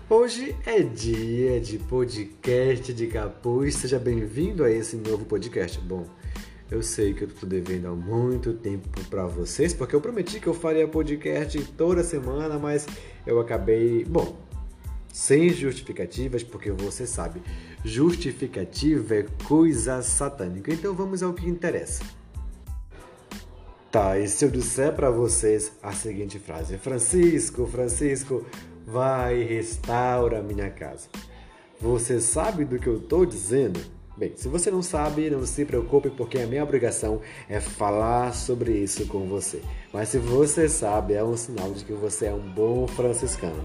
Hoje é dia de podcast de Capuz. Seja bem-vindo a esse novo podcast. Bom, eu sei que eu estou devendo há muito tempo para vocês, porque eu prometi que eu faria podcast toda semana, mas eu acabei, sem justificativas, porque você sabe, justificativa é coisa satânica. Então vamos ao que interessa. Tá, e se eu disser para vocês a seguinte frase: Francisco, vai, restaura minha casa. Você sabe do que eu estou dizendo? Bem, se você não sabe, não se preocupe, porque a minha obrigação é falar sobre isso com você. Mas se você sabe, é um sinal de que você é um bom franciscano.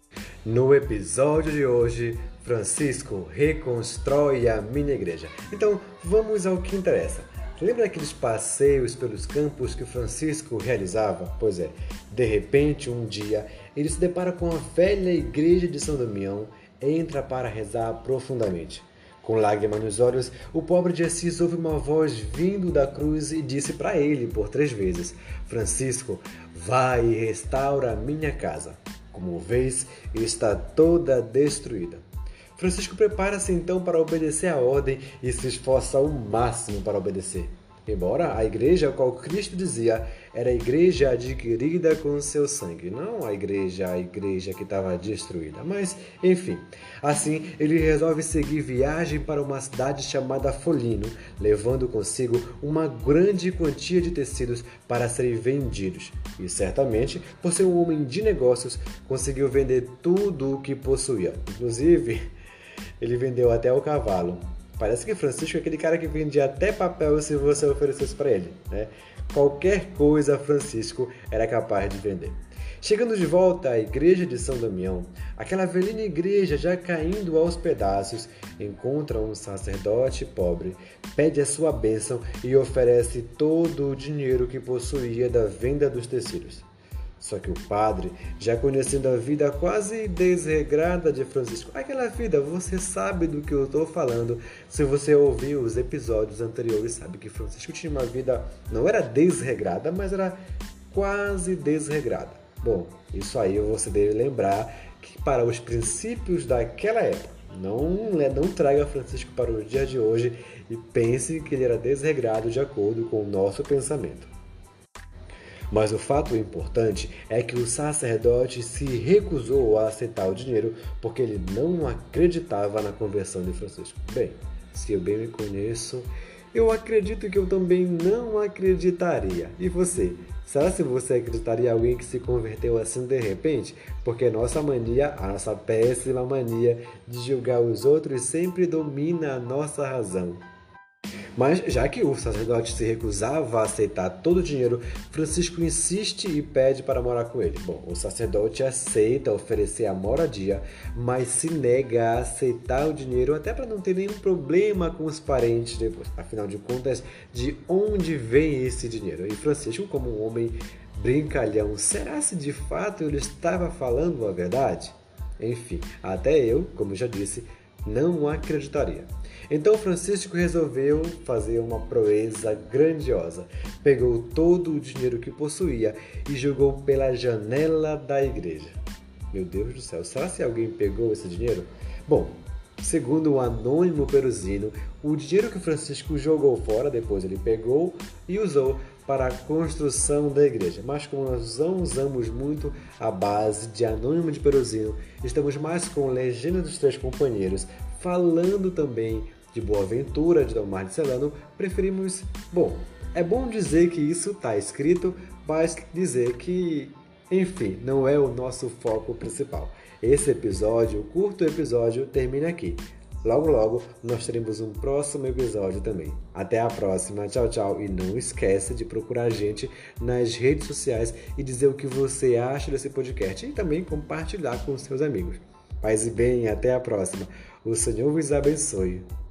No episódio de hoje, Francisco reconstrói a minha igreja. Então, vamos ao que interessa. Lembra aqueles passeios pelos campos que Francisco realizava? Pois é, de repente, um dia, ele se depara com a velha igreja de São Damião e entra para rezar profundamente. Com lágrimas nos olhos, o pobre de Assis ouve uma voz vindo da cruz e disse para ele por 3 vezes: Francisco, vai e restaura a minha casa. Como vês, está toda destruída. Francisco prepara-se então para obedecer a ordem e se esforça ao máximo para obedecer. Embora a igreja, a qual Cristo dizia, era a igreja adquirida com seu sangue, não a igreja que estava destruída. Mas, enfim, assim ele resolve seguir viagem para uma cidade chamada Foligno, levando consigo uma grande quantia de tecidos para serem vendidos. E certamente, por ser um homem de negócios, conseguiu vender tudo o que possuía. Inclusive, ele vendeu até o cavalo. Parece que Francisco é aquele cara que vendia até papel se você oferecesse para ele, né? Qualquer coisa Francisco era capaz de vender. Chegando de volta à igreja de São Damião, aquela velhinha igreja já caindo aos pedaços, encontra um sacerdote pobre, pede a sua bênção e oferece todo o dinheiro que possuía da venda dos tecidos. Só que o padre, já conhecendo a vida quase desregrada de Francisco, aquela vida, você sabe do que eu estou falando, se você ouviu os episódios anteriores, sabe que Francisco tinha uma vida, não era desregrada, mas era quase desregrada. Bom, isso aí você deve lembrar que para os princípios daquela época, não traga Francisco para o dia de hoje e pense que ele era desregrado de acordo com o nosso pensamento. Mas o fato importante é que o sacerdote se recusou a aceitar o dinheiro porque ele não acreditava na conversão de Francisco. Bem, se eu bem me conheço, eu acredito que eu também não acreditaria. E você? Será que você acreditaria em alguém que se converteu assim de repente? Porque a nossa péssima mania de julgar os outros sempre domina a nossa razão. Mas, já que o sacerdote se recusava a aceitar todo o dinheiro, Francisco insiste e pede para morar com ele. Bom, o sacerdote aceita oferecer a moradia, mas se nega a aceitar o dinheiro até para não ter nenhum problema com os parentes depois. Afinal de contas, de onde vem esse dinheiro? E Francisco, como um homem brincalhão, será se de fato ele estava falando a verdade? Enfim, até eu, como já disse, não acreditaria. Então Francisco resolveu fazer uma proeza grandiosa. Pegou todo o dinheiro que possuía e jogou pela janela da igreja. Meu Deus do céu, será que alguém pegou esse dinheiro? Bom, segundo o anônimo Peruzino, o dinheiro que Francisco jogou fora, depois ele pegou e usou para a construção da igreja. Mas como nós não usamos muito a base de anônimo de Peruzino, estamos mais com Legenda dos Três Companheiros, falando também de Boaventura, de Domar de Celano, preferimos... Bom, é bom dizer que isso está escrito, mas dizer que, enfim, não é o nosso foco principal. Esse episódio, o curto episódio, termina aqui. Logo, logo, nós teremos um próximo episódio também. Até a próxima, tchau, tchau. E não esqueça de procurar a gente nas redes sociais e dizer o que você acha desse podcast e também compartilhar com seus amigos. Paz e bem, até a próxima. O Senhor vos abençoe.